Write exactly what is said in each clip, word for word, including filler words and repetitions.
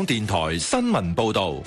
港電台新聞報道。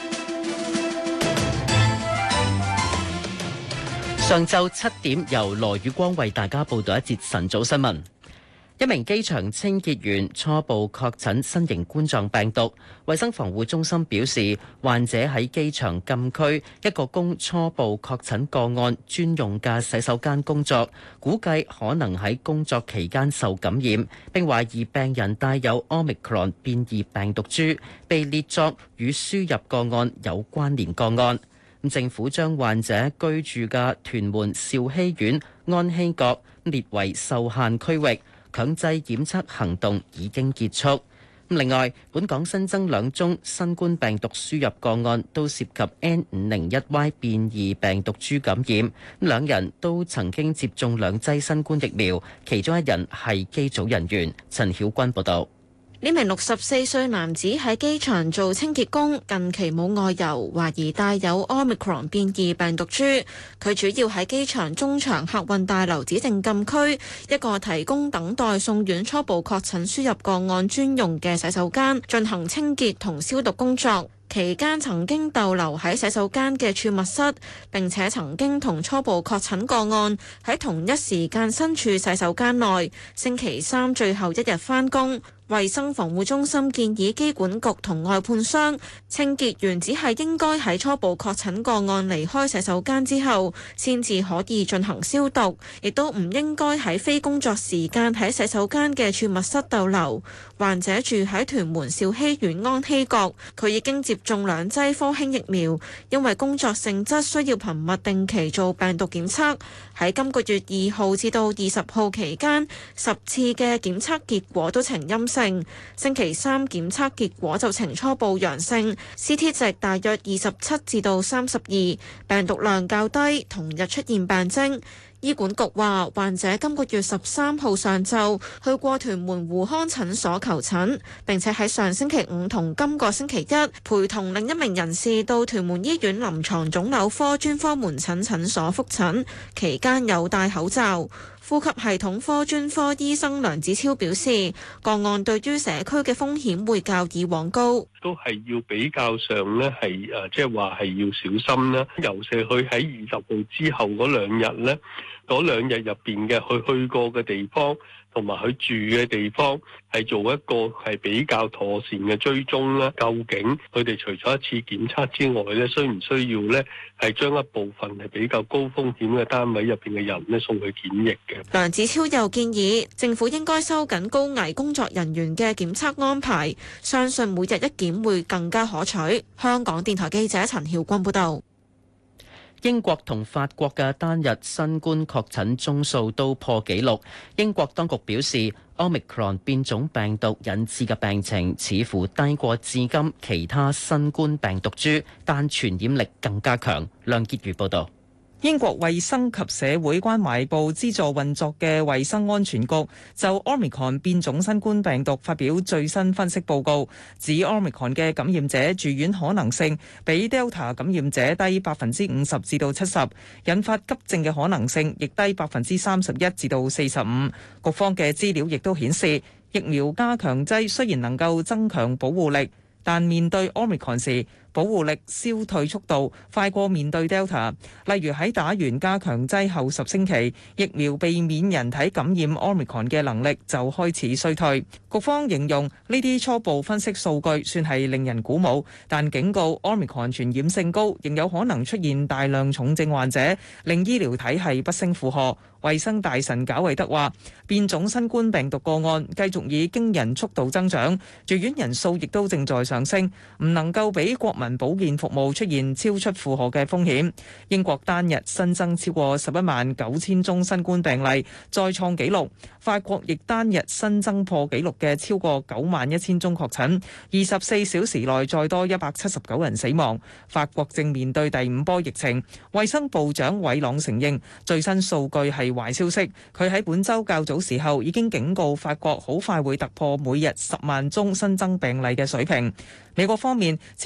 上晝七點，由羅宇光為大家報道一節晨早新聞。一名機場清潔員初步確診新型冠狀病毒，衛生防護中心表示，患者喺機場禁區一個供初步確診個案專用嘅洗手間工作，估計可能喺工作期間受感染，並懷疑病人帶有 Omicron 變異病毒株，被列作與輸入個案有關聯個案。政府將患者居住嘅屯門兆禧苑安禧閣列為受限區域。強制檢測行動已經結束。另外，本港新增兩宗新冠病毒輸入個案，都涉及 N 五零一 Y 變異病毒株感染。兩人都曾經接種兩劑新冠疫苗，其中一人係機組人員。陳曉君報導。 呢名六十四歲男子喺機場做清潔工，近期冇外遊，懷疑帶有 Omicron 變異病毒株。佢主要喺機場中場客運大樓指定禁區一個提供等待送院初步確診輸入個案專用嘅洗手間進行清潔同消毒工作。期間曾經逗留喺洗手間嘅儲物室，並且曾經同初步確診個案喺同一時間身處洗手間內。星期三最後一日返工。衛生防護中心建議機管局同外判商，清潔員只係應該喺初步確診個案離開洗手間之後，先至可以進行消毒，亦都唔應該喺非工作時間喺洗手間嘅儲物室逗留。患者住喺屯門兆禧苑安禧閣，佢已經接種兩劑科興疫苗，因為工作性質需要頻密定期做病毒檢測。喺今個月二號至到二十號期間，十次嘅檢測結果都呈陰性。星期三檢測結果就呈初步陽性 ，C T 值大約二十七至到三十二，病毒量較低，同日出現病徵。醫管局話，患者今個月十三號上晝去過屯門湖康診所求診，並且喺上星期五同今個星期一陪同另一名人士到屯門醫院臨床腫瘤科專科門診診所覆診，期間有戴口罩。呼吸系統科專科醫生梁子超表示，個案對於社區嘅風險會較以往高， 都係要比較上呢係誒，即係話係要小心啦。尤其佢喺二十號之後嗰兩日呢，嗰兩日入邊嘅佢去過嘅地方同埋佢住嘅地方，係做一個係比較妥善嘅追蹤啦。究竟佢哋除咗一次檢測之外咧，需唔需要咧係將一部分係比較高風險嘅單位入邊嘅人咧送去檢疫嘅？ 梁子超又建議政府應該收緊高危工作人員嘅檢測安排，相信每日一檢會更加可取。香港電台記者陳曉君報導。 英國同法國嘅單日新冠確診宗數都破紀錄。英國當局表示 Omicron 變種病毒引致嘅病情似乎低過至今其他新冠病毒株，但傳染力更加強。梁潔如報導。 英國衛生及社會關懷部資助運作嘅衛生安全局就 Omicron 變種新冠病毒發表最新分析報告，指 Omicron 嘅感染者住院可能性比 Delta 感染者低百分之五十至到七十，引發急症嘅可能性亦低百分之三十一至到四十五。局方嘅資料亦都顯示，疫苗加強劑雖然能夠增強保護力，但面對 Omicron 時，保護力消退速度快過面對 Delta， 例如喺打完加強劑後十星期，疫苗避免人體感染 Omicron 嘅能力就開始衰退。局方形容呢啲初步分析數據算係令人鼓舞，但警告 Omicron 傳染性高，仍有可能出現大量重症患者，令醫療體系不勝負荷。衛生大臣賈維德話，變種新冠病毒個案繼續以驚人速度增長，住院人數亦都正在上升，唔能夠俾國民保健服務出現超出負荷嘅風險。英國單日新增超過十一萬九千宗新冠病例，再創紀錄。法國亦單日新增破紀錄嘅超過九萬一千宗確診，二十四小時內再多一百七十九人死亡。法國正面對第五波疫情，衛生部長韋朗承認最新數據係壞消息。佢喺本週較早時候已經警告法國好快會突破每日十萬宗新增病例嘅水平。美國方面，前總統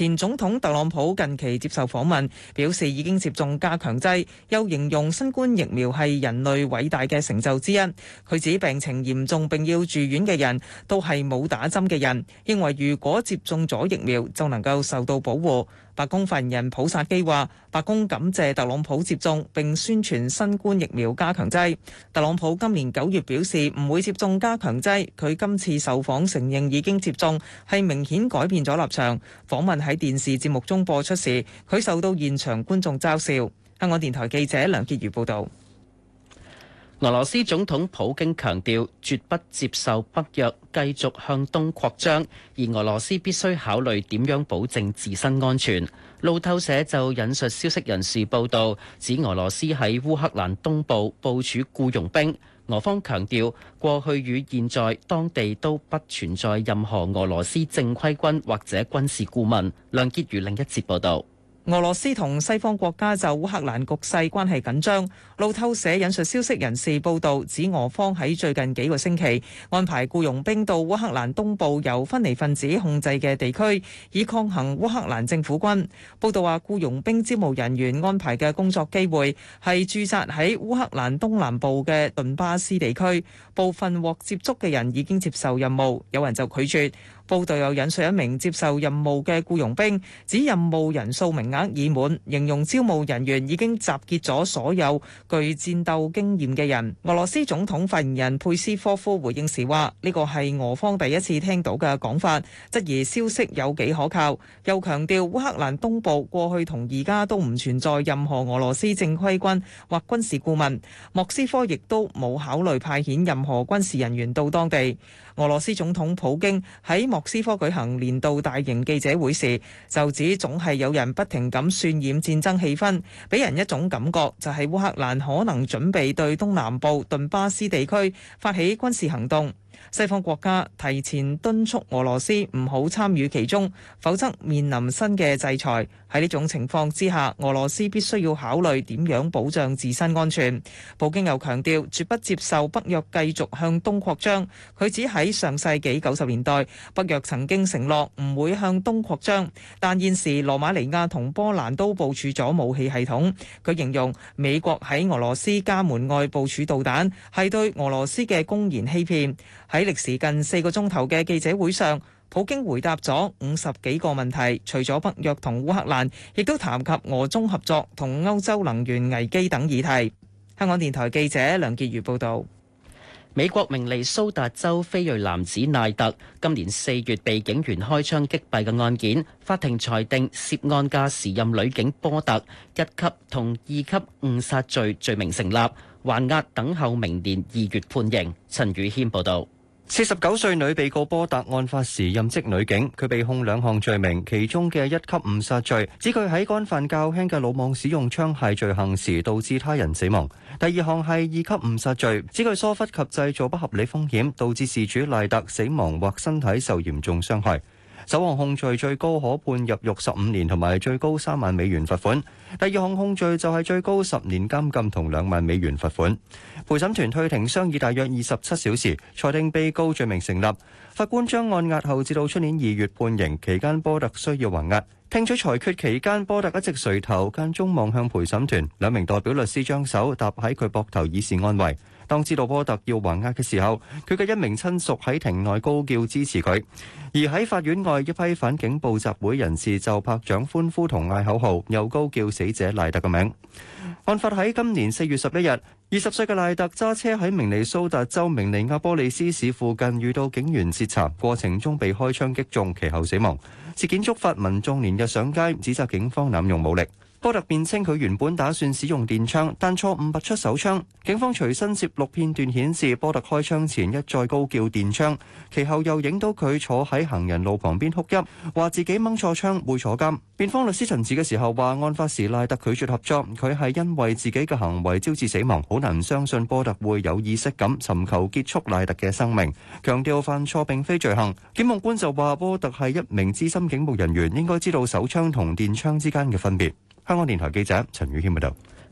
統特朗普近期接受訪問，表示已經接種加強劑，又形容新冠疫苗係人類偉大嘅成就之一。佢指病情嚴重並要住院嘅人都係冇打針嘅人，認為如果接種咗疫苗就能夠受到保護。白宮發言人普薩基話，白宮感謝特朗普接種並宣傳新冠疫苗加強劑。特朗普今年九月表示唔會接種加強劑，佢今次受訪承認已經接種，係明顯改變咗立場。訪問喺電視節目中播出時，佢受到現場觀眾嘲笑。香港電台記者梁潔如報導。 俄羅斯總統普京強調，絕不接受北約繼續向東擴張，而俄羅斯必須考慮點樣保證自身安全。路透社就引述消息人士報道，指俄羅斯喺烏克蘭東部部署僱傭兵。俄方強調，過去與現在當地都不存在任何俄羅斯正規軍或者軍事顧問。梁潔如另一節報導。 俄羅斯同西方國家就烏克蘭局勢關係緊張。路透社引述消息人士報道，指俄方喺最近幾個星期安排僱傭兵到烏克蘭東部由分離分子控制嘅地區，以抗衡烏克蘭政府軍。報道話，僱傭兵招募人員安排嘅工作機會係駐紮喺烏克蘭東南部嘅頓巴斯地區，部分獲接觸嘅人已經接受任務，有人就拒絕。報道又引述一名接受任務嘅僱傭兵，指任務人數名額已滿，形容招募人員已經集結咗所有具戰鬥經驗嘅人。俄羅斯總統發言人佩斯科夫回應時話：呢個係俄方第一次聽到嘅講法，質疑消息有幾可靠，又強調烏克蘭東部過去同而家都唔存在任何俄羅斯正規軍或軍事顧問，莫斯科亦都冇考慮派遣任何軍事人員到當地。俄羅斯總統普京喺莫斯科舉行年度大型記者會時，就指總係有人不停咁渲染戰爭氣氛，俾人一種感覺就係烏克蘭可能準備對東南部頓巴斯地區發起軍事行動。西方國家提前敦促俄羅斯唔好參與其中，否則面臨新嘅制裁。喺呢種情況之下，俄羅斯必須要考慮點樣保障自身安全。普京又強調，絕不接受北約繼續向東擴張。佢指喺上世紀九十年代，北約曾經承諾唔會向東擴張，但現時羅馬尼亞同波蘭都部署咗武器系統。佢形容美國喺俄羅斯家門外部署導彈，係對俄羅斯嘅公然欺騙。喺歷時近四個鐘頭嘅記者會上，普京回答咗五十幾個問題，除咗北約同烏克蘭，亦都談及俄中合作同歐洲能源危機等議題。香港電台記者梁潔如報導。 美國明尼蘇達州非裔男子賴特今年四月被警員開槍擊斃嘅案件，法庭裁定涉案嘅時任女警波特一級同二級誤殺罪罪名成立，還押等候明年二月判刑。陳宇軒報導。 四十九歲女被告波特案發時任職女警，佢被控兩項罪名，其中嘅一級誤殺罪指佢喺干犯較輕嘅魯莽使用槍械罪行時導致他人死亡；第二項係二級誤殺罪，指佢疏忽及製造不合理風險，導致事主賴特死亡或身體受嚴重傷害。首項控罪最高可判入獄十五年同埋最高三萬美元罰款，第二項控罪就係最高十年監禁同兩萬美元罰款。陪審團退庭商議大約二十七小時，裁定被告罪名成立。法官將案押後至到出年二月判刑，期間波特需要還押。聽取裁決期間，波特一直垂頭，間中望向陪審團，兩名代表律師將手搭喺佢膊頭以示安慰。當知道波特要還押嘅時候，佢嘅一名親屬喺庭內高叫支持佢，而喺法院外，一批反警暴集會人士就拍掌歡呼同嗌口號，又高叫死者賴特嘅名。案發喺今年四月十一日，二十歲嘅賴特揸車喺明尼蘇達州明尼亞波利斯市附近遇到警員截查，過程中被開槍擊中，其後死亡。事件觸發民眾連日上街，指責警方濫用武力。波特辯稱佢原本打算使用電槍，但錯誤拔出手槍。警方隨身攝錄片段顯示，波特開槍前一再高叫電槍，其後又影到佢坐喺行人路旁邊哭泣，話自己掹錯槍會坐監。辯方律師陳詞嘅時候話，案發時賴特拒絕合作，佢係因為自己嘅行為招致死亡，好難相信波特會有意識咁尋求結束賴特嘅生命，強調犯錯並非罪行。檢控官就話，波特係一名資深警務人員，應該知道手槍同電槍之間嘅分別。香港電台記者陳宇謙報道。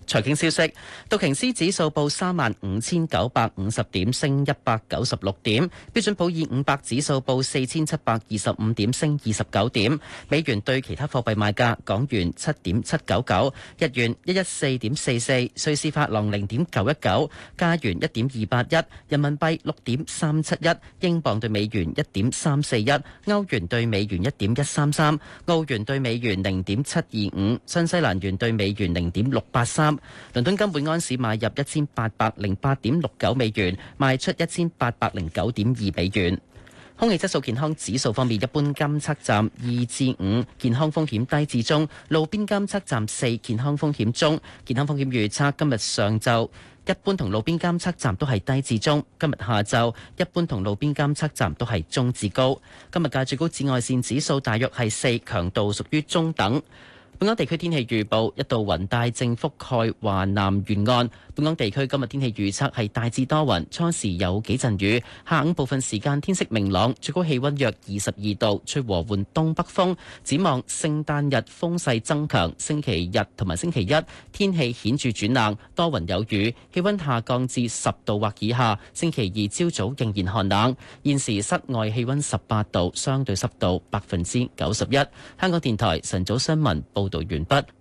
財經消息，道瓊斯指數報三萬五千九百五十點，升一百九十六點；標準普爾五百指數報四千七百二十五點，升二十九點。美元對其他貨幣賣價：港元七點七九九，日元一一四點四四，瑞士法郎零點九一九，加元一點二八一，人民幣六點三七一，英鎊對美元一點三四一，歐元對美元一點一三三，澳元對美元零點七二五，新西蘭元對美元零點六八三。倫敦金每安士買入一千八百零八點六九美元，賣出一千八百零九點二美元。空氣質素健康指數方面，一般監測站二至五，健康風險低至中；路邊監測站四，健康風險中。健康風險預測今日上晝一般同路邊監測站都係低至中，今日下晝一般同路邊監測站都係中至高。今日嘅最高紫外線指數大約係四，強度屬於中等。本港地區天氣預報，一道雲帶正覆蓋華南沿岸。本港地區今日天氣預測係大致多雲，初時有幾陣雨，下午部分時間天色明朗，最高氣溫約二十二度，吹和緩東北風。展望聖誕日風勢增強，星期日同埋星期一天氣顯著轉冷，多雲有雨，氣溫下降至十度或以下。星期二朝早仍然寒冷。現時室外氣溫十八度，相對濕度百分之九十一。香港電台晨早新聞報道完畢。